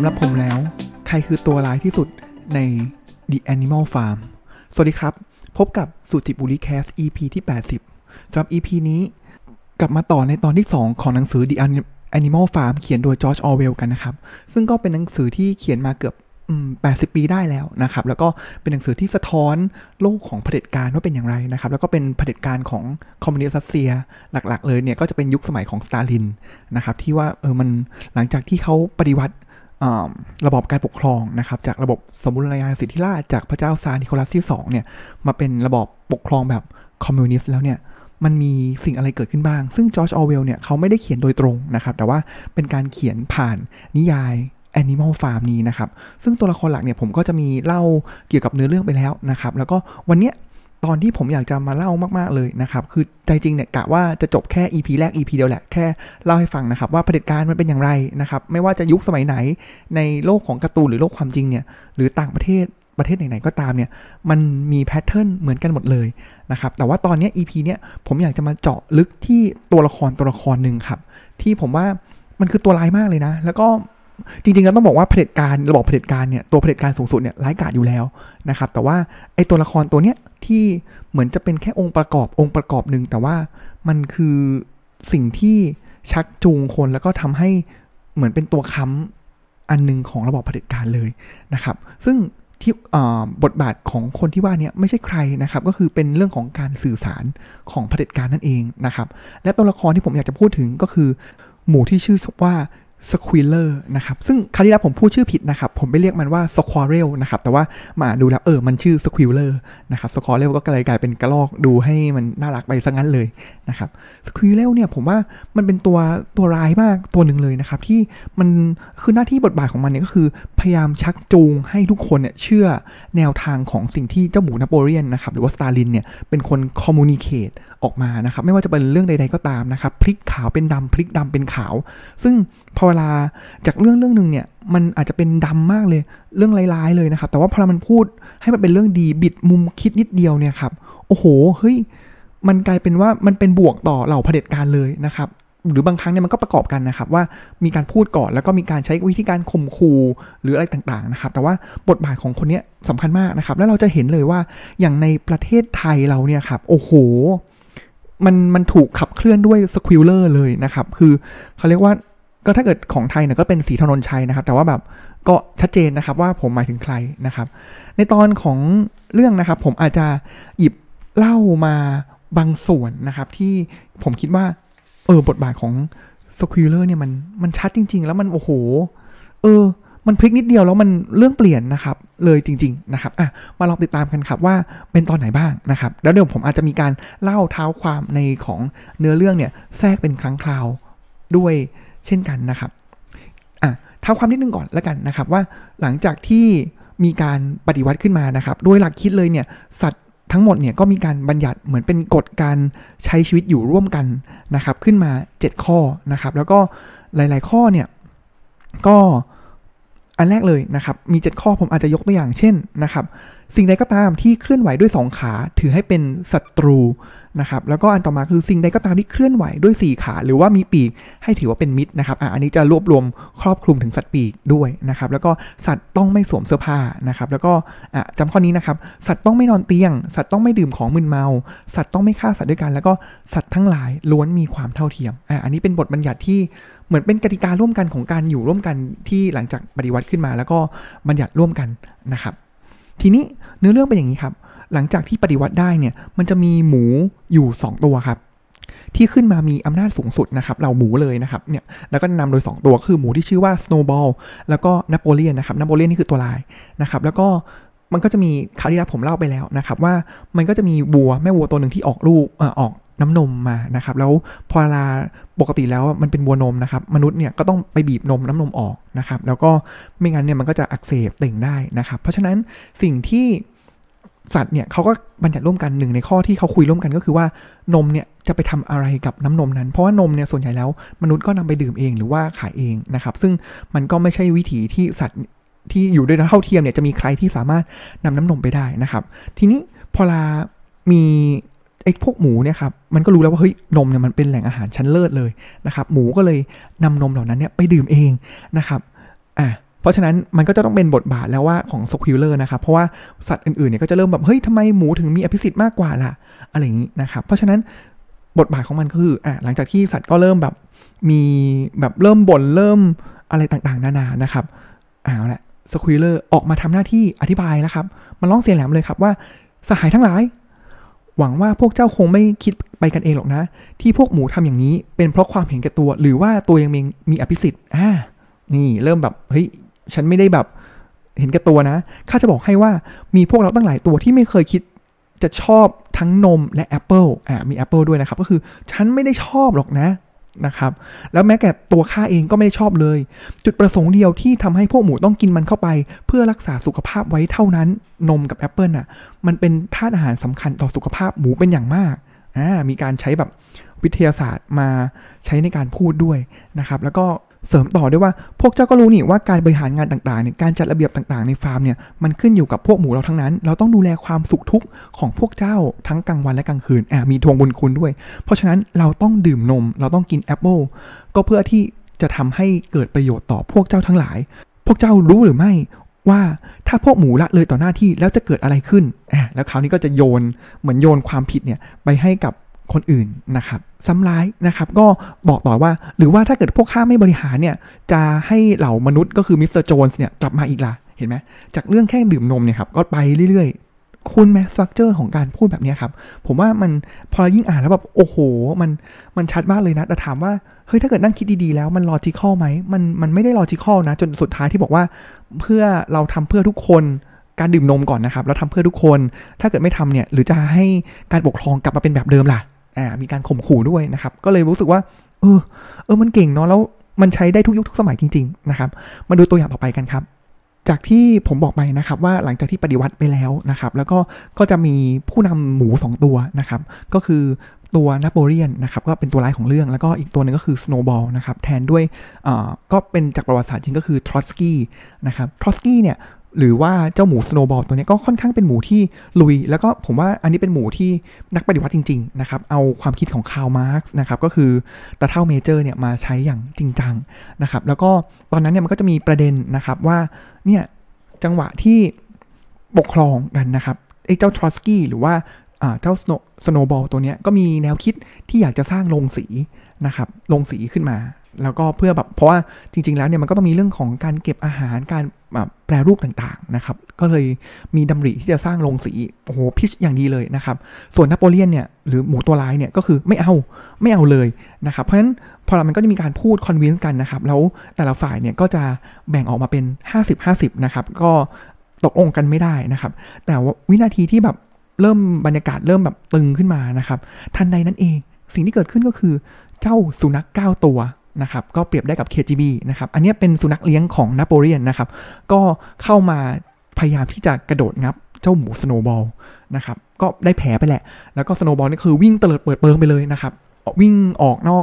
ำหรับผมแล้วใครคือตัวร้ายที่สุดใน The Animal Farm สวัสดีครับพบกับสุจิบุรีแคส EP ที่80สำหรับ EP นี้กลับมาต่อในตอนที่2ของหนังสือ The Animal Farm เขียนโดยจอร์จ ออร์เวลกันนะครับซึ่งก็เป็นหนังสือที่เขียนมาเกือบ80 ปีได้แล้วนะครับแล้วก็เป็นหนังสือที่สะท้อนโลกของเผด็จการว่าเป็นอย่างไรนะครับแล้วก็เป็นเผด็จการของคอมมิวนิสต์รัสเซียหลักๆเลยเนี่ยก็จะเป็นยุคสมัยของสตาลินนะครับที่ว่ามันหลังจากที่เขาปฏิวัติระบอบการปกครองนะครับจากระบบสมบูรณาญาสิทธิราชย์จากพระเจ้าซาร์นิโคลัสที่2เนี่ยมาเป็นระบอบปกครองแบบคอมมิวนิสต์แล้วเนี่ยมันมีสิ่งอะไรเกิดขึ้นบ้างซึ่งจอร์จ ออร์เวลเนี่ยเขาไม่ได้เขียนโดยตรงนะครับแต่ว่าเป็นการเขียนผ่านนิยาย Animal Farm นี้นะครับซึ่งตัวละครหลักเนี่ยผมก็จะมีเล่าเกี่ยวกับเนื้อเรื่องไปแล้วนะครับแล้วก็วันเนี้ยตอนที่ผมอยากจะมาเล่ามากๆเลยนะครับคือใจจริงเนี่ยกะว่าจะจบแค่ EP แรก EP เดียวแหละแค่เล่าให้ฟังนะครับว่าเผด็จการมันเป็นอย่างไรนะครับไม่ว่าจะยุคสมัยไหนในโลกของการ์ตูนหรือโลกความจริงเนี่ยหรือต่างประเทศไหนๆก็ตามเนี่ยมันมีแพทเทิร์นเหมือนกันหมดเลยนะครับแต่ว่าตอนนี้ EP เนี่ยผมอยากจะมาเจาะลึกที่ตัวละครหนึ่งครับที่ผมว่ามันคือตัวร้ายมากเลยนะแล้วก็จริงๆแล้วต้องบอกว่าเผด็จการระบบเผด็จการเนี่ยตัวเผด็จการสูงสุดเนี่ยร้ายกาจอยู่แล้วนะครับแต่ว่าไอ้ตัวละครตัวเนี้ยที่เหมือนจะเป็นแค่องค์ประกอบหนึ่งแต่ว่ามันคือสิ่งที่ชักจูงคนแล้วก็ทำให้เหมือนเป็นตัวค้ำอันนึงของระบบเผด็จการเลยนะครับซึ่งที่บทบาทของคนที่ว่าเนี่ยไม่ใช่ใครนะครับก็คือเป็นเรื่องของการสื่อสารของเผด็จการนั่นเองนะครับและตัวละครที่ผมอยากจะพูดถึงก็คือหมูที่ชื่อว่าSquealer นะครับซึ่งคราวที่แล้วผมพูดชื่อผิดนะครับผมไปเรียกมันว่า Squirrel นะครับแต่ว่ามาดูแล้วมันชื่อ Squealer นะครับ Squirrel ก็เลยกลายเป็นกระรอกดูให้มันน่ารักไปซะงั้นเลยนะครับ Squealer เนี่ยผมว่ามันเป็นตัวร้ายมากตัวหนึ่งเลยนะครับที่มันคือหน้าที่บทบาทของมันเนี่ยก็คือพยายามชักจูงให้ทุกคนเนี่ยเชื่อแนวทางของสิ่งที่เจ้าหมูนโปเลียนนะครับหรือว่าสตาลินเนี่ยเป็นคนคอมมูนิเคตออกมานะครับไม่ว่าจะเป็นเรื่องใดๆก็ตามนะครับพลิกขาวเป็นดำพลิกดำเป็นขาวซึ่งพอเวลาจากเรื่องนึงเนี่ยมันอาจจะเป็นดำมากเลยเรื่องร้ายๆเลยนะครับแต่ว่าพอมันพูดให้มันเป็นเรื่องดีบิดมุมคิดนิดเดียวเนี่ยครับโอ้โหเฮ้ยมันกลายเป็นว่ามันเป็นบวกต่อเหล่าเผด็จการเลยนะครับหรือบางครั้งเนี่ยมันก็ประกอบกันนะครับว่ามีการพูดก่อนแล้วก็มีการใช้วิธีการข่มขู่หรืออะไรต่างๆนะครับแต่ว่าบทบาทของคนนี้สำคัญมากนะครับแล้วเราจะเห็นเลยว่าอย่างในประเทศไทยเราเนี่ยครับโอ้โหมันถูกขับเคลื่อนด้วยสควิลเลอร์เลยนะครับคือเขาเรียกว่าก็ถ้าเกิดของไทยเนี่ยก็เป็นศรีถนนชัยนะครับแต่ว่าแบบก็ชัดเจนนะครับว่าผมหมายถึงใครนะครับในตอนของเรื่องนะครับผมอาจจะหยิบเล่ามาบางส่วนนะครับที่ผมคิดว่าบทบาทของสควิลเลอร์เนี่ยมันชัดจริงๆแล้วมันโอ้โหมันพลิกนิดเดียวแล้วมันเรื่องเปลี่ยนนะครับเลยจริงๆนะครับมาลองติดตามกันครับว่าเป็นตอนไหนบ้างนะครับแล้วเดี๋ยวผมอาจจะมีการเล่าเท้าความในของเนื้อเรื่องเนี่ยแทรกเป็นครั้งคราวด้วยเช่นกันนะครับเท้าความนิดนึงก่อนแล้วกันนะครับว่าหลังจากที่มีการปฏิวัติขึ้นมานะครับโดยหลักคิดเลยเนี่ยสัตว์ทั้งหมดเนี่ยก็มีการบัญญัติเหมือนเป็นกฎการใช้ชีวิตอยู่ร่วมกันนะครับขึ้นมา7ข้อนะครับแล้วก็หลายๆข้อเนี่ยก็อันแรกเลยนะครับมี7ข้อผมอาจจะยกตัวอย่างเช่นนะครับสิ่งใดก็ตามที่เคลื่อนไหวด้วย2ขาถือให้เป็นศัตรูนะครับแล้วก็อันต่อมาคือสิ่งใดก็ตามที่เคลื่อนไหวด้วย4ขาหรือว่ามีปีกให้ถือว่าเป็นมิตรนะครับอันนี้จะรวบรวมครอบคลุมถึงสัตว์ปีกด้วยนะครับแล้วก็สัตว์ต้องไม่สวมเสื้อผ้านะครับแล้วก็จำข้อนี้นะครับสัตว์ต้องไม่นอนเตียงสัตว์ต้องไม่ดื่มของมึนเมาสัตว์ต้องไม่ฆ่าสัตว์ด้วยกันแล้วก็สัตว์ทั้งหลายล้วนมีความเท่าเทียมอันนี้เป็นบทบัญญัติที่เหมือนเป็นกติการ่วมกันของการอยู่ร่วมกันที่หลังจากปฏิวัติขึ้นมาแล้วก็บัญญัติร่วมกันนะครับทีนี้เนื้อเรื่องเป็นอย่างนี้ครับหลังจากที่ปฏิวัติได้เนี่ยมันจะมีหมูอยู่2ตัวครับที่ขึ้นมามีอำนาจสูงสุดนะครับเราหมูเลยนะครับเนี่ยแล้วก็นำโดย2ตัวคือหมูที่ชื่อว่า Snowball แล้วก็นโปเลียนนะครับนโปเลียนนี่คือตัวลายนะครับแล้วก็มันก็จะมีคราวที่แล้วผมเล่าไปแล้วนะครับว่ามันก็จะมีแม่วัวตัวหนึ่งที่ออกลูกออกน้ำนมมานะครับแล้วพอเวลาปกติแล้วมันเป็นวัวนมนะครับมนุษย์เนี่ยก็ต้องไปบีบน้ำนมออกนะครับแล้วก็ไม่งั้นเนี่ยมันก็จะอักเสบเต่งได้นะครับเพราะฉะนั้นสิ่งที่สัตว์เนี่ยเขาก็บัญญัติร่วมกันหนึ่งในข้อที่เขาคุยร่วมกันก็คือว่านมเนี่ยจะไปทำอะไรกับน้ำนมนั้นเพราะว่านมเนี่ยส่วนใหญ่แล้วมนุษย์ก็นำไปดื่มเองหรือว่าขายเองนะครับซึ่งมันก็ไม่ใช่วิถีที่สัตว์ที่อยู่ด้วยเท่าเทียมเนี่ยจะมีใครที่สามารถนำน้ำนมไปได้นะครับทีนี้พอมีไอ้พวกหมูเนี่ยครับมันก็รู้แล้วว่าเฮ้ยนมเนี่ยมันเป็นแหล่งอาหารชั้นเลิศเลยนะครับหมูก็เลยนำนมเหล่านั้นเนี่ยไปดื่มเองนะครับพราะฉะนั้นมันก็จะต้องเป็นบทบาทแล้วว่าของสควิลเลอร์นะครับเพราะว่าสัตว์อื่นๆเนี่ยก็จะเริ่มแบบเฮ้ยทำไมหมูถึงมีอภิสิทธิ์มากกว่าล่ะอะไรอย่างนี้นะครับเพราะฉะนั้นบทบาทของมันก็คือหลังจากที่สัตว์ก็เริ่มแบบมีแบบเริ่มบ่นเริ่มอะไรต่างๆนานานะครับแหละสควิลเลอร์ออกมาทำหน้าที่อธิบายแล้วครับมันร้องเสียงแหลมเลยครับว่าสหายทั้งหลายหวังว่าพวกเจ้าคงไม่คิดไปกันเองหรอกนะที่พวกหมูทำอย่างนี้เป็นเพราะความเห็นแก่ตัวหรือว่าตัวยังมีอภิสิทธิ์นี่เริ่มแบบเฮ้ยฉันไม่ได้แบบเห็นแก่ตัวนะข้าจะบอกให้ว่ามีพวกเราตั้งหลายตัวที่ไม่เคยคิดจะชอบทั้งนมและแอปเปิลมีแอปเปิลด้วยนะครับก็คือฉันไม่ได้ชอบหรอกนะครับแล้วแม้แต่ตัวข้าเองก็ไม่ได้ชอบเลยจุดประสงค์เดียวที่ทำให้พวกหมูต้องกินมันเข้าไปเพื่อรักษาสุขภาพไว้เท่านั้นนมกับแอปเปิลมันเป็นธาตุอาหารสำคัญต่อสุขภาพหมูเป็นอย่างมากมีการใช้แบบวิทยาศาสตร์มาใช้ในการพูดด้วยนะครับแล้วก็เสริมต่อด้วยว่าพวกเจ้าก็รู้นี่ว่าการบริหารงานต่างๆเนี่ยการจัดระเบียบต่างๆในฟาร์มเนี่ยมันขึ้นอยู่กับพวกหมูเราทั้งนั้นเราต้องดูแลความสุขทุกข์ของพวกเจ้าทั้งกลางวันและกลางคืนมีทวงบุญคุณด้วยเพราะฉะนั้นเราต้องดื่มนมเราต้องกินแอปเปิลก็เพื่อที่จะทำให้เกิดประโยชน์ต่อพวกเจ้าทั้งหลายพวกเจ้ารู้หรือไม่ว่าถ้าพวกหมูละเลยต่อหน้าที่แล้วจะเกิดอะไรขึ้นแล้วคราวนี้ก็จะโยนความผิดเนี่ยไปให้กับคนอื่นนะครับซ้ำร้ายนะครับก็บอกต่อว่าหรือว่าถ้าเกิดพวกข้าไม่บริหารเนี่ยจะให้เหล่ามนุษย์ก็คือมิสเตอร์โจนส์เนี่ยกลับมาอีกล่ะเห็นไหมจากเรื่องแค่ดื่มนมเนี่ยครับก็ไปเรื่อยๆคุณแมสสตรัคเจอร์ของการพูดแบบนี้ครับผมว่ามันพอยิ่งอ่านแล้วแบบโอ้โหมันชัดมากเลยนะแต่ถามว่าเฮ้ยถ้าเกิดนั่งคิดดีๆแล้วมันลอจิคอลไหมมันไม่ได้ลอจิคอลนะจนสุดท้ายที่บอกว่าเพื่อเราทำเพื่อทุกคนการดื่มนมก่อนนะครับแล้วทำเพื่อทุกคนถ้าเกิดไม่ทำเนี่ยหรือจะให้การปกครองกลับมาเป็นแบบเดิมล่ะมีการข่มขู่ด้วยนะครับก็เลยรู้สึกว่ามันเก่งเนาะแล้วมันใช้ได้ทุกยุคทุกสมัยจริงๆนะครับมาดูตัวอย่างต่อไปกันครับจากที่ผมบอกไปนะครับว่าหลังจากที่ปฏิวัติไปแล้วนะครับแล้วก็จะมีผู้นำหมู2ตัวนะครับก็คือตัวนโปเลียนนะครับก็เป็นตัวร้ายของเรื่องแล้วก็อีกตัวนึงก็คือสโนว์บอลนะครับแทนด้วยก็เป็นจากประวัติศาสตร์จริงก็คือทรอตสกี้นะครับทรอตสกี้เนี่ยหรือว่าเจ้าหมูสโนว์บอลตัวนี้ก็ค่อนข้างเป็นหมูที่ลุยแล้วก็ผมว่าอันนี้เป็นหมูที่นักปฏิวัติจริงๆนะครับเอาความคิดของคาร์ลมาร์กซ์นะครับก็คือตะเท่าเมเจอร์เนี่ยมาใช้อย่างจริงจังนะครับแล้วก็ตอนนั้นเนี่ยมันก็จะมีประเด็นนะครับว่าเนี่ยจังหวะที่ปกครองกันนะครับไอ้เจ้าทรอตสกี้หรือว่าเจ้าสโนว์บอลตัวนี้ก็มีแนวคิดที่อยากจะสร้างโรงสีนะครับโรงสีขึ้นมาแล้วก็เพื่อแบบเพราะว่าจริงๆแล้วเนี่ยมันก็ต้องมีเรื่องของการเก็บอาหารการแปรรูปต่างๆนะครับก็เลยมีดำริที่จะสร้างโรงสีโอ้โหพิชอย่างดีเลยนะครับส่วนนโปเลียนเนี่ยหรือหมูตัวร้ายเนี่ยก็คือไม่เอาเลยนะครับเพราะฉะนั้นพอมันก็จะมีการพูดคอนวินส์กันนะครับแล้วแต่ละฝ่ายเนี่ยก็จะแบ่งออกมาเป็น50-50นะครับก็ตกลงกันไม่ได้นะครับแต่วินาทีที่แบบเริ่มบรรยากาศเริ่มแบบตึงขึ้นมานะครับทันใดนั้นเองสิ่งที่เกิดขึ้นก็คือเจ้าสุนัข9ตัวนะครับก็เปรียบได้กับ KGB นะครับอันนี้เป็นสุนัขเลี้ยงของนโปเลียนนะครับก็เข้ามาพยายามที่จะกระโดดงับเจ้าหมูสโนว์บอลนะครับก็ได้แผลไปแหละแล้วก็สโนว์บอลนี่คือวิ่งเตลิดเปิดเปิงไปเลยนะครับวิ่งออกนอก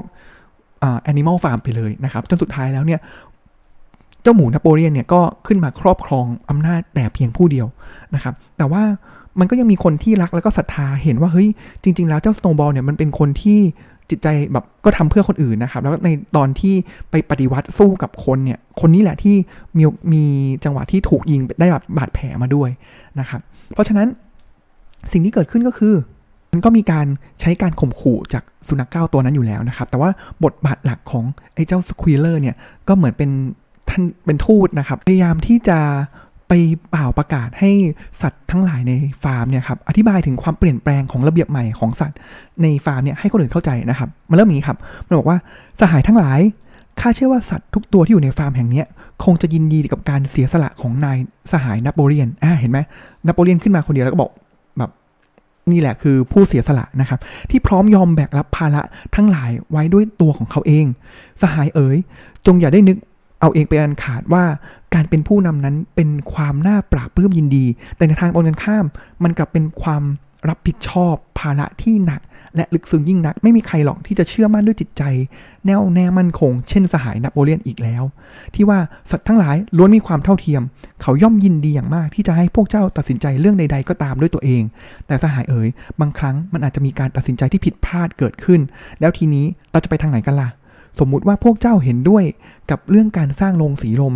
Animal Farm ไปเลยนะครับจนสุดท้ายแล้วเนี่ยเจ้าหมูนโปเลียนเนี่ยก็ขึ้นมาครอบครองอำนาจแต่เพียงผู้เดียวนะครับแต่ว่ามันก็ยังมีคนที่รักแล้วก็ศรัทธาเห็นว่าเฮ้ยจริงๆแล้วเจ้าสโนว์บอลเนี่ยมันเป็นคนที่จิตใจแบบก็ทำเพื่อคนอื่นนะครับแล้วในตอนที่ไปปฏิวัติสู้กับคนเนี่ยคนนี้แหละที่มีจังหวะที่ถูกยิงได้บาดแผลมาด้วยนะครับเพราะฉะนั้นสิ่งที่เกิดขึ้นก็คือมันก็มีการใช้การข่มขู่จากสุนัข9ตัวนั้นอยู่แล้วนะครับแต่ว่าบทบาทหลักของไอ้เจ้าสควีเลอร์เนี่ยก็เหมือนเป็นทูตนะครับพยายามที่จะไปเป่าประกาศให้สัตว์ทั้งหลายในฟาร์มเนี่ยครับอธิบายถึงความเปลี่ยนแปลงของระเบียบใหม่ของสัตว์ในฟาร์มเนี่ยให้คนอื่นเข้าใจนะครับมันเริ่มนี้ครับมันบอกว่าสหายทั้งหลายข้าเชื่อว่าสัตว์ทุกตัวที่อยู่ในฟาร์มแห่งนี้คงจะยินดีกับการเสียสละของนายสหายนโปเลียนเห็นไหมนโปเลียนขึ้นมาคนเดียวแล้วก็บอกแบบนี่แหละคือผู้เสียสละนะครับที่พร้อมยอมแบกรับภาระทั้งหลายไว้ด้วยตัวของเขาเองสหายเอ๋ยจงอย่าได้นึกเอาเองไปอันขาดว่าการเป็นผู้นำนั้นเป็นความน่าปราบปลื้มยินดีแต่ในทางตรงกันข้ามมันกลับเป็นความรับผิดชอบภาระที่หนักและลึกซึ้งยิ่งนักไม่มีใครหรอกที่จะเชื่อมั่นด้วยจิตใจแน่วแน่มั่นคงเช่นสหายนโปเลียนอีกแล้วที่ว่าสัตว์ทั้งหลายล้วนมีความเท่าเทียมเขาย่อมยินดีอย่างมากที่จะให้พวกเจ้าตัดสินใจเรื่องใดๆก็ตามด้วยตัวเองแต่สหายเอ๋ยบางครั้งมันอาจจะมีการตัดสินใจที่ผิดพลาดเกิดขึ้นแล้วทีนี้เราจะไปทางไหนกันล่ะสมมุติว่าพวกเจ้าเห็นด้วยกับเรื่องการสร้างโรงสีลม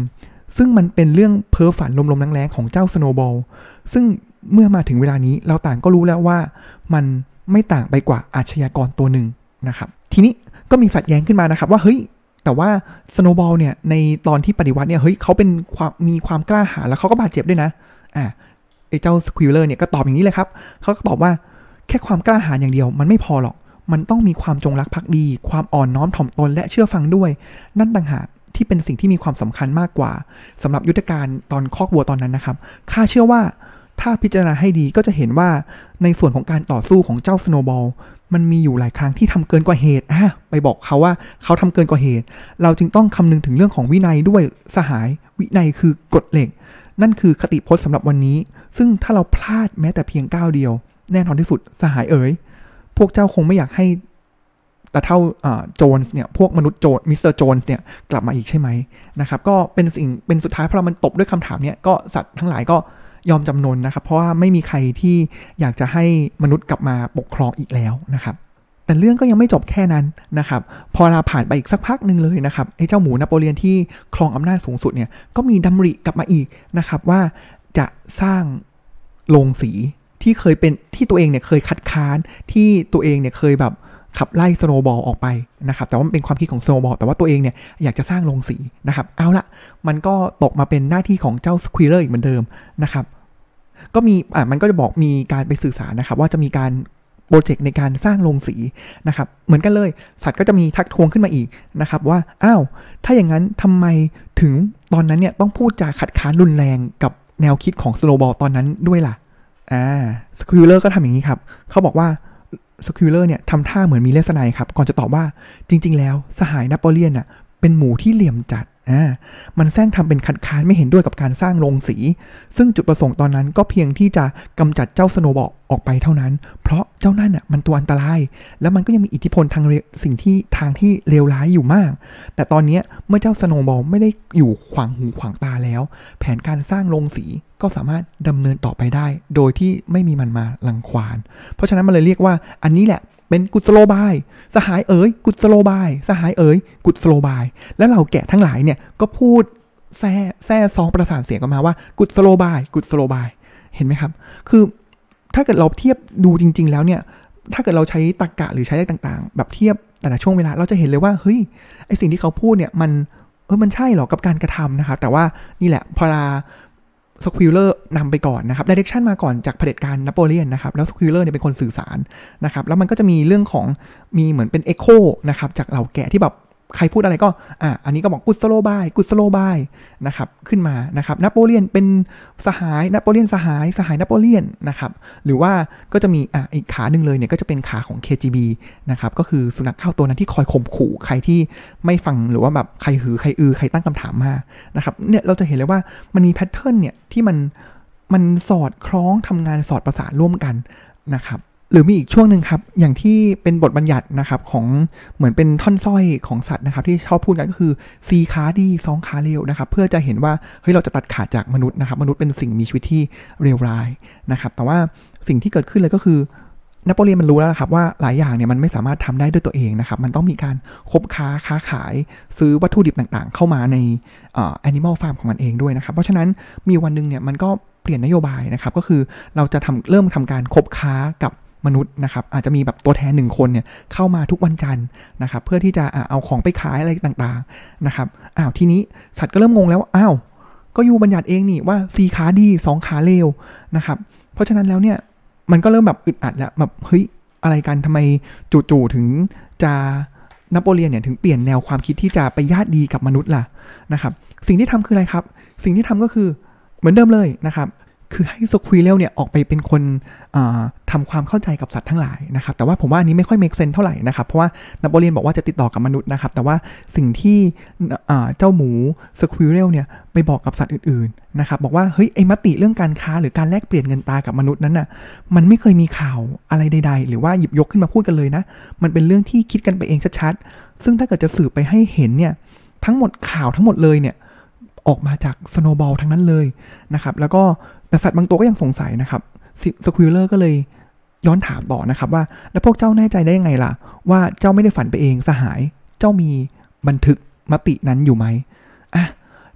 ซึ่งมันเป็นเรื่องเพ้อฝันลมๆแรงๆของเจ้าสโนว์บอลซึ่งเมื่อมาถึงเวลานี้เราต่างก็รู้แล้วว่ามันไม่ต่างไปกว่าอาชญากรตัวหนึ่งนะครับทีนี้ก็มีสัตว์แย้งขึ้นมานะครับว่าเฮ้ยแต่ว่าสโนว์บอลเนี่ยในตอนที่ปฏิวัติเนี่ยเฮ้ยเขาเป็นมีความกล้าหาญแล้วเขาก็บาดเจ็บด้วยนะไอ้เจ้าสควิลเลอร์เนี่ยก็ตอบอย่างนี้เลยครับเขาก็ตอบว่าแค่ความกล้าหาญอย่างเดียวมันไม่พอหรอกมันต้องมีความจงรักภักดีความอ่อนน้อมถ่อมตนและเชื่อฟังด้วยนั่นต่างหากที่เป็นสิ่งที่มีความสำคัญมากกว่าสำหรับยุทธการตอนคอกวัวตอนนั้นนะครับข้าเชื่อว่าถ้าพิจารณาให้ดีก็จะเห็นว่าในส่วนของการต่อสู้ของเจ้าสโนว์บอลมันมีอยู่หลายครั้งที่ทำเกินกว่าเหตุไปบอกเขาว่าเขาทำเกินกว่าเหตุเราจึงต้องคำนึงถึงเรื่องของวินัยด้วยสหายวินัยคือกฎเหล็กนั่นคือคติพจน์สำหรับวันนี้ซึ่งถ้าเราพลาดแม้แต่เพียงก้าวเดียวแน่นอนที่สุดสหายเอ๋ยพวกเจ้าคงไม่อยากให้แต่เท่าโจนส์เนี่ยพวกมนุษย์โจนมิสเตอร์โจนส์เนี่ยกลับมาอีกใช่ไหมนะครับก็เป็นสุดท้ายพอมันตบด้วยคำถามเนี่ยก็สัตว์ทั้งหลายก็ยอมจำนนนะครับเพราะว่าไม่มีใครที่อยากจะให้มนุษย์กลับมาปกครองอีกแล้วนะครับแต่เรื่องก็ยังไม่จบแค่นั้นนะครับพอเราผ่านไปอีกสักพักหนึ่งเลยนะครับไอ้เจ้าหมูนโปเลียนที่ครองอำนาจสูงสุดเนี่ยก็มีดำริกลับมาอีกนะครับว่าจะสร้างโรงสีที่เคยเป็นที่ตัวเองเนี่ยเคยคัดค้านที่ตัวเองเนี่ยเคยแบบขับไล่สโนว์บอลออกไปนะครับแต่ว่ามันเป็นความคิดของสโนว์บอลแต่ว่าตัวเองเนี่ยอยากจะสร้างโรงสีนะครับเอาละมันก็ตกมาเป็นหน้าที่ของเจ้าสควิลเลอร์อีกเหมือนเดิมนะครับก็มีมันก็จะบอกมีการไปสื่อสารนะครับว่าจะมีการโปรเจกต์ในการสร้างโรงสีนะครับเหมือนกันเลยสัตว์ก็จะมีทักท้วงขึ้นมาอีกนะครับว่าอ้าวถ้าอย่างนั้นทำไมถึงตอนนั้นเนี่ยต้องพูดจาขัดขานรุนแรงกับแนวคิดของสโนว์บอลตอนนั้นด้วยล่ะสควิลเลอร์ก็ทำอย่างนี้ครับเขาบอกว่าสควิลเลอร์เนี่ยทำท่าเหมือนมีเลสไนครับก่อนจะตอบว่าจริงๆแล้วสหายนโปเลียนน่ะเป็นหมูที่เหลี่ยมจัดมันแซงทำเป็นคัดค้านไม่เห็นด้วยกับการสร้างโรงสีซึ่งจุดประสงค์ตอนนั้นก็เพียงที่จะกำจัดเจ้าสโนว์บอลออกไปเท่านั้นเพราะเจ้านั่นน่ะมันตัวอันตรายแล้วมันก็ยังมีอิทธิพลทางทางที่เลวร้ายอยู่มากแต่ตอนนี้เมื่อเจ้าสโนว์บอลไม่ได้อยู่ขวางหูขวางตาแล้วแผนการสร้างโรงสีก็สามารถดำเนินต่อไปได้โดยที่ไม่มีมันมารังควานเพราะฉะนั้นมันเลยเรียกว่าอันนี้แหละเป็นกุศโลบายสหายเอ๋ยกุศโลบายสหายเอ๋ยกุศโลบายแล้วเราแกะทั้งหลายเนี่ยก็พูดแซ่ซองประสานเสียงกันมาว่ากุศโลบายกุศโลบายเห็นไหมครับคือถ้าเกิดเราเทียบดูจริงๆแล้วเนี่ยถ้าเกิดเราใช้ตรรกะหรือใช้อะไรต่างๆแบบเทียบแต่ละช่วงเวลาเราจะเห็นเลยว่าเฮ้ยไอสิ่งที่เขาพูดเนี่ยมันใช่หรอกับการกระทำนะครับแต่ว่านี่แหละพอสควิลเลอร์นำไปก่อนนะครับไดเรกชันมาก่อนจากเผด็จการนโปเลียนนะครับแล้วสควิลเลอร์เนี่ยเป็นคนสื่อสารนะครับแล้วมันก็จะมีเรื่องของมีเหมือนเป็นเอ็กโคนะครับจากเหล่าแกะที่แบบใครพูดอะไรก็อันนี้ก็บอกกุศโลบายนะครับขึ้นมานะครับนโปเลียนเป็นสหายนโปเลียนสหายนโปเลียนนะครับหรือว่าก็จะมีอีกขาหนึ่งเลยเนี่ยก็จะเป็นขาของ KGB นะครับก็คือสุนัขเข้าตัวนั้นที่คอยข่มขู่ใครที่ไม่ฟังหรือว่าแบบใครหือใครใครตั้งคำถามมานะครับเนี่ยเราจะเห็นเลยว่ามันมีแพทเทิร์นเนี่ยที่มันสอดคล้องทำงานสอดประสานร่วมกันนะครับหรือมีอีกช่วงหนึ่งครับอย่างที่เป็นบทบัญญัตินะครับของเหมือนเป็นท่อนสร้อยของสัตว์นะครับที่ชอบพูดกันก็คือ4ขาดี2ขาเลวนะครับเพื่อจะเห็นว่าเฮ้ยเราจะตัดขาดจากมนุษย์นะครับมนุษย์เป็นสิ่งมีชีวิตที่เลวร้ายนะครับแต่ว่าสิ่งที่เกิดขึ้นเลยก็คือนโปเลียนมันรู้แล้วครับว่าหลายอย่างเนี่ยมันไม่สามารถทำได้ด้วยตัวเองนะครับมันต้องมีการคบค้าขายซื้อวัตถุดิบต่างๆเข้ามาในAnimal Farm ของมันเองด้วยนะครับเพราะฉะนั้นมีวันนึงเนี่ยมันก็เปลี่ยนนโยบายนะครับก็คือเราจะเริ่มทำการคบค้ากับมนุษย์นะครับอาจจะมีแบบตัวแทน1คนเนี่ยเข้ามาทุกวันจันทร์นะครับเพื่อที่จะเอาของไปขายอะไรต่างๆนะครับทีนี้สัตว์ก็เริ่มงงแล้วก็อยู่บัญญัติเองนี่ว่า4ขาดี2ขาเลวนะครับเพราะฉะนั้นแล้วเนี่ยมันก็เริ่มแบบอึดอัดแล้วแบบเฮ้ยอะไรกันทำไมจู่ๆถึงจะนโปเลียนเนี่ยถึงเปลี่ยนแนวความคิดที่จะไปญาติดีกับมนุษย์ล่ะนะครับสิ่งที่ทำคืออะไรครับสิ่งที่ทำก็คือเหมือนเดิมเลยนะครับคือให้สควิลเลอร์เนี่ยออกไปเป็นคนทำความเข้าใจกับสัตว์ทั้งหลายนะครับแต่ว่าผมว่าอันนี้ไม่ค่อยเมคเซนส์เท่าไหร่นะครับเพราะว่านโปเลียนบอกว่าจะติดต่อกับมนุษย์นะครับแต่ว่าสิ่งที่เจ้าหมูสควิลเลอร์เนี่ยไปบอกกับสัตว์อื่นๆนะครับบอกว่าเฮ้ยไอ้มติเรื่องการค้าหรือการแลกเปลี่ยนเงินตรากับมนุษย์นั้นน่ะมันไม่เคยมีข่าวอะไรใดๆหรือว่าหยิบยกขึ้นมาพูดกันเลยนะมันเป็นเรื่องที่คิดกันไปเองชัดๆซึ่งถ้าเกิดจะสืบไปให้เห็นเนี่ยทั้งหมดข่าวทั้งหมดเลยเนี่ยออกมาจากสโนว์บอลทั้งนั้นเลยนะครับแล้วก็แต่สัตว์บางตัวก็ยังสงสัยนะครับสควิลเลอร์ก็เลยย้อนถามต่อนะครับว่าแล้วพวกเจ้าแน่ใจได้ยังไงล่ะว่าเจ้าไม่ได้ฝันไปเองสหายเจ้ามีบันทึกมตินั้นอยู่ไหมแต่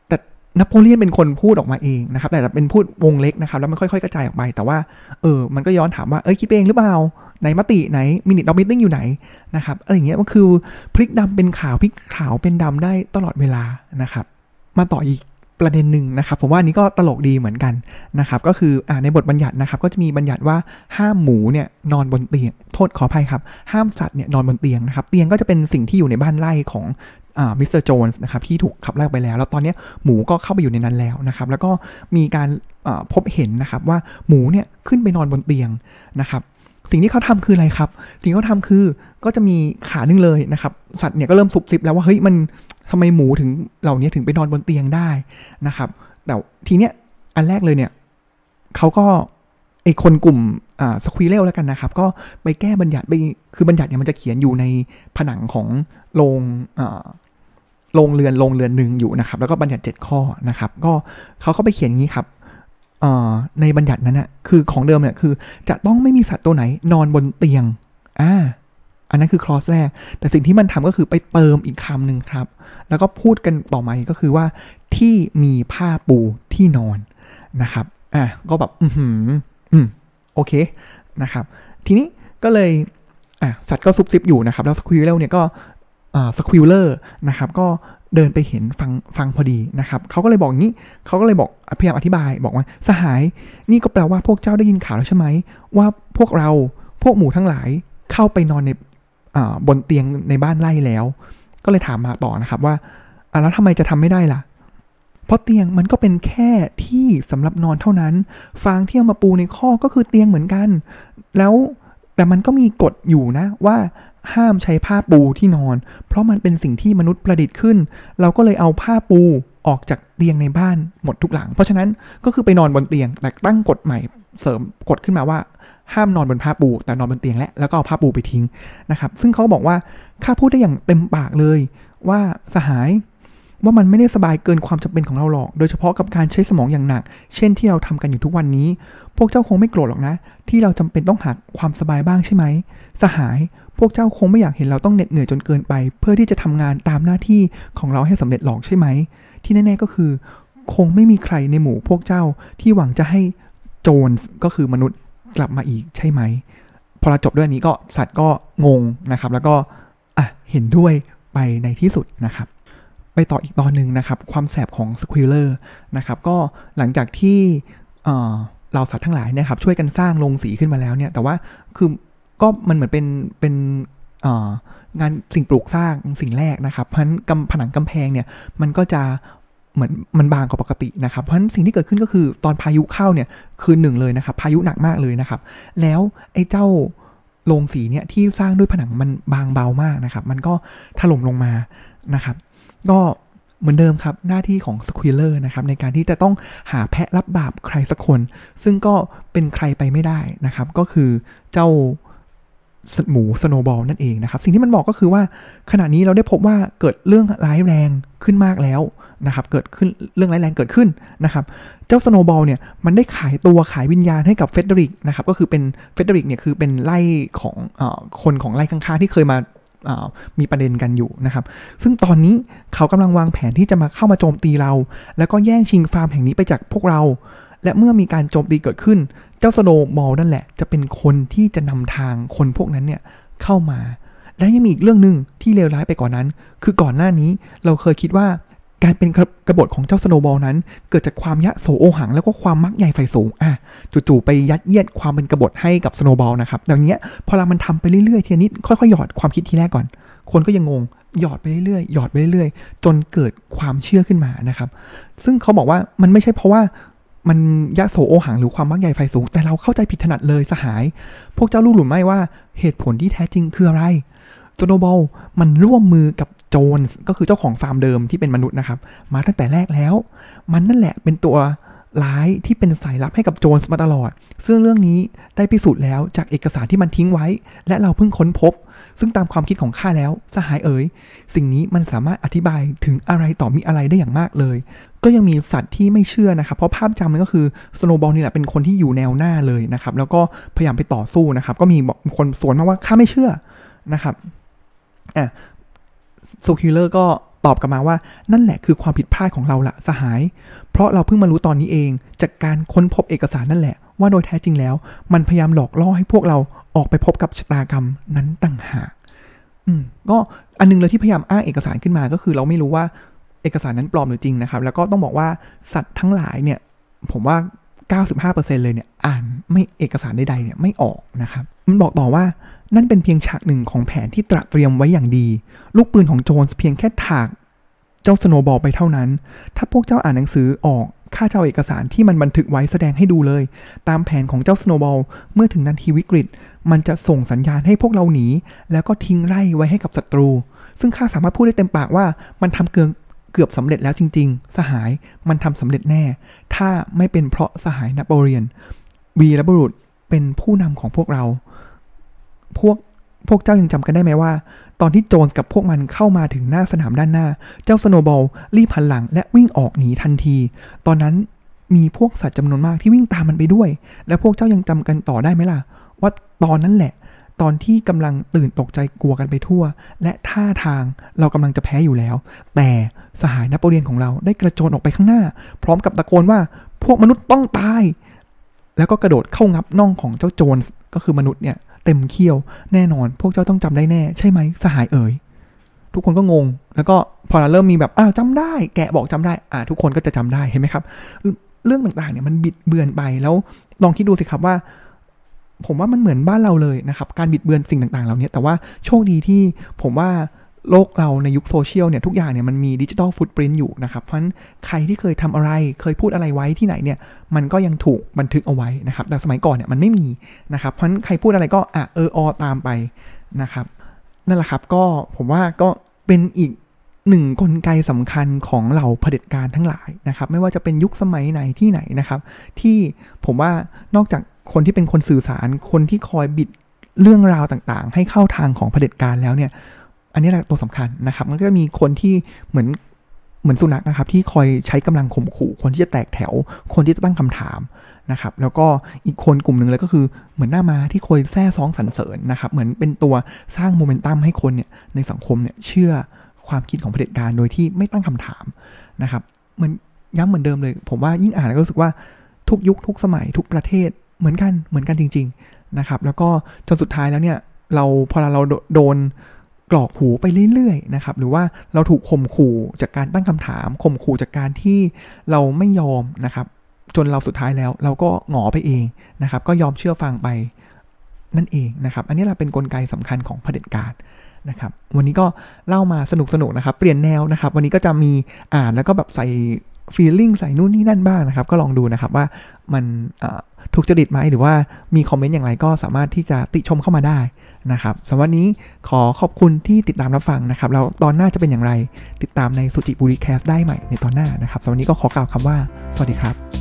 นโปเลียนเป็นคนพูดออกมาเองนะครับแต่เป็นพูดวงเล็กนะครับแล้วมันค่อยๆกระจายออกไปแต่ว่ามันก็ย้อนถามว่าคิดเองหรือเปล่าไหนมติไหนมินิทอมิทติ้งอยู่ไหนนะครับอะไรอย่างเงี้ยมันคือพลิกดำเป็นขาวพลิกขาวเป็นดำได้ตลอดเวลานะครับมาต่ออีกประเด็นหนึ่งนะครับผมว่านี้ก็ตลกดีเหมือนกันนะครับก็คือในบทบัญญัตินะครับก็จะมีบัญญัติว่าห้ามหมูเนี่ยนอนบนเตียงโทษขออภัยครับห้ามสัตว์เนี่ยนอนบนเตียงนะครับเตียงก็จะเป็นสิ่งที่อยู่ในบ้านไร่ของมิสเตอร์โจนส์นะครับที่ถูกขับไล่ไปแล้วตอนนี้หมูก็เข้าไปอยู่ในนั้นแล้วนะครับแล้วก็มีการพบเห็นนะครับว่าหมูเนี่ยขึ้นไปนอนบนเตียงนะครับสิ่งที่เขาทำคืออะไรครับสิ่งที่เขาทำคือก็จะมีขาหนึ่งเลยนะครับสัตว์เนี่ยก็เริ่มซุบซิบแล้วว่าเฮ้ยมันทำไมหมูถึงเหล่านี้ถึงไปนอนบนเตียงได้นะครับแต่ทีเนี้ยอันแรกเลยเนี่ยเขาก็ไอคนกลุ่มสควีเรลแล้วกันนะครับก็ไปแก้บัญญัติไปคือบัญญัติเนี่ยมันจะเขียนอยู่ในผนังของโรงเรือนหนึ่งอยู่นะครับแล้วก็บัญญัติ7ข้อนะครับก็เขาก็ไปเขียนอย่างนี้ครับในบัญญัตินั้นนะคือของเดิมเนี่ยคือจะต้องไม่มีสัตว์ตัวไหนนอนบนเตียงอันนั้นคือคลอสแรกแต่สิ่งที่มันทำก็คือไปเติมอีกคำหนึ่งครับแล้วก็พูดกันต่อมาก็คือว่าที่มีผ้าปูที่นอนนะครับก็แบบโอเคนะครับทีนี้ก็เลยสัตว์ก็ซุบซิบอยู่นะครับแล้วสควิลเลอร์เนี่ยก็สควิลเลอร์นะครับก็เดินไปเห็นฟังพอดีนะครับเขาก็เลยบอกอย่างนี้เขาก็เลยบอกพยายามอธิบายบอกว่าสหายนี่ก็แปลว่าพวกเจ้าได้ยินข่าวแล้วใช่ไหมว่าพวกหมู่ทั้งหลายเข้าไปนอนในบนเตียงในบ้านไร่แล้วก็เลยถามมาต่อนะครับว่าแล้วทำไมจะทำไม่ได้ล่ะเพราะเตียงมันก็เป็นแค่ที่สำหรับนอนเท่านั้นฟางที่เอามาปูในข้อก็คือเตียงเหมือนกันแล้วแต่มันก็มีกฎอยู่นะว่าห้ามใช้ผ้าปูที่นอนเพราะมันเป็นสิ่งที่มนุษย์ประดิษฐ์ขึ้นเราก็เลยเอาผ้าปูออกจากเตียงในบ้านหมดทุกหลังเพราะฉะนั้นก็คือไปนอนบนเตียงแต่ตั้งกฎใหม่เสริมกฎขึ้นมาว่าห้ามนอนบนผ้าปูแต่นอนบนเตียงแล้วก็เอาผ้าปูไปทิ้งนะครับซึ่งเขาบอกว่าข้าพูดได้อย่างเต็มปากเลยว่าสหายว่ามันไม่ได้สบายเกินความจำเป็นของเราหรอกโดยเฉพาะกับการใช้สมองอย่างหนักเช่นที่เราทำกันอยู่ทุกวันนี้พวกเจ้าคงไม่โกรธหรอกนะที่เราจำเป็นต้องหักความสบายบ้างใช่ไหมสหายพวกเจ้าคงไม่อยากเห็นเราต้องเหน็ดเหนื่อยจนเกินไปเพื่อที่จะทำงานตามหน้าที่ของเราให้สำเร็จหรอกใช่ไหมที่แน่ๆก็คือคงไม่มีใครในหมู่พวกเจ้าที่หวังจะให้โจรก็คือมนุษย์กลับมาอีกใช่ไหมพอเราจบด้วยนี้ก็สัตว์ก็งงนะครับแล้วก็เห็นด้วยไปในที่สุดนะครับไปต่ออีกตอนหนึ่งนะครับความแสบของสควิลเลอร์นะครับก็หลังจากที่เราสัตว์ทั้งหลายนะครับช่วยกันสร้างโรงสีขึ้นมาแล้วเนี่ยแต่ว่าคือก็มันเหมือนเป็นงานสิ่งปลูกสร้างสิ่งแรกนะครับเพราะฉะนั้นผนังกำแพงเนี่ยมันก็จะเหมือนมันบางกว่าปกตินะครับเพราะฉะนั้นสิ่งที่เกิดขึ้นก็คือตอนพายุเข้าเนี่ยคือหนึ่งเลยนะครับพายุหนักมากเลยนะครับแล้วไอ้เจ้าโรงสีเนี่ยที่สร้างด้วยผนังมันบางเบามากนะครับมันก็ถล่มลงมานะครับก็เหมือนเดิมครับหน้าที่ของสควิลเลอร์นะครับในการที่จะต้องหาแพะรับบาปใครสักคนซึ่งก็เป็นใครไปไม่ได้นะครับก็คือเจ้าหมูสโนว์บอลนั่นเองนะครับสิ่งที่มันบอกก็คือว่าขณะนี้เราได้พบว่าเกิดเรื่องร้ายแรงขึ้นมากแล้วนะครับเกิดขึ้นเรื่องร้ายแรงเกิดขึ้นนะครับเจ้าสโนว์บอลเนี่ยมันได้ขายวิญญาณให้กับเฟเดริกนะครับก็คือเป็นเฟเดริกเนี่ยคือเป็นไล่ของคนของไล่ข้างๆที่เคยมามีประเด็นกันอยู่นะครับซึ่งตอนนี้เขากำลังวางแผนที่จะมาเข้ามาโจมตีเราแล้วก็แย่งชิงฟาร์มแห่งนี้ไปจากพวกเราและเมื่อมีการโจมตีเกิดขึ้นเจ้าสโนว์บอลนั่นแหละจะเป็นคนที่จะนำทางคนพวกนั้นเนี่ยเข้ามาและยังมีอีกเรื่องนึงที่เลวร้ายไปกว่านั้นคือก่อนหน้านี้เราเคยคิดว่าการเป็นกบฏของเจ้าสโนว์บอลนั้นเกิดจากความยะโสโอหังแล้วก็ความมักใหญ่ไฟสูงจู่ๆไปยัดเยียดความเป็นกบฏให้กับสโนว์บอลนะครับอย่างเงี้ยพอมันทำไปเรื่อยๆทีนี้ค่อยๆหยอดความคิดทีแรกก่อนคนก็ยังงงหยอดไปเรื่อยๆจนเกิดความเชื่อขึ้นมานะครับซึ่งเขาบอกว่ามันไม่ใช่เพราะว่ามันยะโสโอหังหรือความมักใหญ่ไฟสูงแต่เราเข้าใจผิดถนัดเลยสหายพวกเจ้ารู้หรือไม่ว่าเหตุผลที่แท้จริงคืออะไรสโนว์บอลมันร่วมมือกับโจนส์ก็คือเจ้าของฟาร์มเดิมที่เป็นมนุษย์นะครับมาตั้งแต่แรกแล้วมันนั่นแหละเป็นตัวร้ายที่เป็นสายลับให้กับโจนส์มาตลอดซึ่งเรื่องนี้ได้พิสูจน์แล้วจากเอกสารที่มันทิ้งไว้และเราเพิ่งค้นพบซึ่งตามความคิดของข้าแล้วสหายเอ๋ยสิ่งนี้มันสามารถอธิบายถึงอะไรต่อมีอะไรได้อย่างมากเลยก็ยังมีสัตว์ที่ไม่เชื่อนะครับเพราะภาพจำมันก็คือสโนว์บอลนี่แหละเป็นคนที่อยู่แนวหน้าเลยนะครับแล้วก็พยายามไปต่อสู้นะครับก็มีคนสวนมาว่าข้าไม่เชื่อนะครับโซคิลเลอร์ก็ตอบกลับมาว่านั่นแหละคือความผิดพลาดของเราละสหายเพราะเราเพิ่งมารู้ตอนนี้เองจากการค้นพบเอกสารนั่นแหละว่าโดยแท้จริงแล้วมันพยายามหลอกล่อให้พวกเราออกไปพบกับชะตากรรมนั้นต่างหากก็อันนึงเลยที่พยายามอ้างเอกสารขึ้นมาก็คือเราไม่รู้ว่าเอกสารนั้นปลอมหรือจริงนะครับแล้วก็ต้องบอกว่าสัตว์ทั้งหลายเนี่ยผมว่า 95% เลยเนี่ยอ่านไม่เอกสารใดๆเนี่ยไม่ออกนะครับมันบอกต่อว่านั่นเป็นเพียงฉากหนึ่งของแผนที่ตระเตรียมไว้อย่างดีลูกปืนของโจนส์เพียงแค่ถากเจ้าสโนว์บอลไปเท่านั้นถ้าพวกเจ้าอ่านหนังสือออกข้าจะเอาเอกสารที่มันบันทึกไว้แสดงให้ดูเลยตามแผนของเจ้าสโนว์บอลเมื่อถึงนาทีวิกฤตมันจะส่งสัญญาณให้พวกเราหนีแล้วก็ทิ้งไร่ไว้ให้กับศัตรูซึ่งข้าสามารถพูดได้เต็มปากว่ามันทำเกือบสำเร็จแล้วจริงๆสหายมันทำสำเร็จแน่ถ้าไม่เป็นเพราะสหายนโปเลียนวีรบุรุษเป็นผู้นำของพวกเราพวกเจ้ายังจำกันได้ไหมว่าตอนที่โจนส์กับพวกมันเข้ามาถึงหน้าสนามด้านหน้าเจ้าสโนว์บอลรีบหันหลังและวิ่งออกหนีทันทีตอนนั้นมีพวกสัตว์จำนวนมากที่วิ่งตามมันไปด้วยและพวกเจ้ายังจำกันต่อได้ไหมล่ะว่าตอนนั้นแหละตอนที่กำลังตื่นตกใจกลัวกันไปทั่วและท่าทางเรากำลังจะแพ้อยู่แล้วแต่สหายนโปเลียนของเราได้กระโจนออกไปข้างหน้าพร้อมกับตะโกนว่าพวกมนุษย์ต้องตายแล้วก็กระโดดเข้างับน่องของเจ้าโจนส์ก็คือมนุษย์เนี่ยเต็มเขี้ยวแน่นอนพวกเจ้าต้องจำได้แน่ใช่ไหมสหายเอ๋ยทุกคนก็งงแล้วก็พอเราเริ่มมีแบบจำได้แกะบอกจำได้ทุกคนก็จะจำได้เห็นไหมครับเรื่องต่างๆเนี่ยมันบิดเบือนไปแล้วลองคิดดูสิครับว่าผมว่ามันเหมือนบ้านเราเลยนะครับการบิดเบือนสิ่งต่างๆเหล่านี้แต่ว่าโชคดีที่ผมว่าโลกเราในยุคโซเชียลเนี่ยทุกอย่างเนี่ยมันมีดิจิทัลฟุตปรินต์อยู่นะครับเพราะฉะนั้นใครที่เคยทำอะไรเคยพูดอะไรไว้ที่ไหนเนี่ยมันก็ยังถูกบันทึกเอาไว้นะครับแต่สมัยก่อนเนี่ยมันไม่มีนะครับเพราะฉะนั้นใครพูดอะไรก็ตามไปนะครับนั่นแหละครับก็ผมว่าก็เป็นอีกหนึ่งกลไกสำคัญของเหล่าเผด็จการทั้งหลายนะครับไม่ว่าจะเป็นยุคสมัยไหนที่ไหนนะครับที่ผมว่านอกจากคนที่เป็นคนสื่อสารคนที่คอยบิดเรื่องราวต่างๆให้เข้าทางของเผด็จการแล้วเนี่ยอันนี้แหละตัวสำคัญนะครับมันก็จะมีคนที่เหมือนสุนัขนะครับที่คอยใช้กำลังข่มขู่คนที่จะแตกแถวคนที่จะตั้งคำถามนะครับแล้วก็อีกคนกลุ่มหนึ่งเลยก็คือเหมือนหน้าม้าที่คอยแซ่ซ้องสรรเสริญนะครับเหมือนเป็นตัวสร้างโมเมนตัมให้คนเนี่ยในสังคมเนี่ยเชื่อความคิดของเผด็จการโดยที่ไม่ตั้งคำถามนะครับมันย้ำเหมือนเดิมเลยผมว่ายิ่งอ่านแล้วก็รู้สึกว่าทุกยุคทุกสมัยทุกประเทศเหมือนกันจริงๆนะครับแล้วก็จนสุดท้ายแล้วเนี่ยพอเราโดนกรอกหูไปเรื่อยๆนะครับหรือว่าเราถูกข่มขู่จากการตั้งคำถามข่มขู่จากการที่เราไม่ยอมนะครับจนเราสุดท้ายแล้วเราก็หงอไปเองนะครับก็ยอมเชื่อฟังไปนั่นเองนะครับอันนี้แหละเป็นกลไกสำคัญของเผด็จการนะครับวันนี้ก็เล่ามาสนุกนะครับเปลี่ยนแนวนะครับวันนี้ก็จะมีอ่านแล้วก็แบบใส่feeling ใส่นู่นนี่นั่นบ้างนะครับก็ลองดูนะครับว่ามันถูกจริตไหมหรือว่ามีคอมเมนต์อย่างไรก็สามารถที่จะติชมเข้ามาได้นะครับสำหรับวันนี้ขอขอบคุณที่ติดตามรับฟังนะครับแล้วตอนหน้าจะเป็นอย่างไรติดตามในสุจิบุรีแคสได้ใหม่ในตอนหน้านะครับสำหรับวันนี้ก็ขอกล่าวคำว่าสวัสดีครับ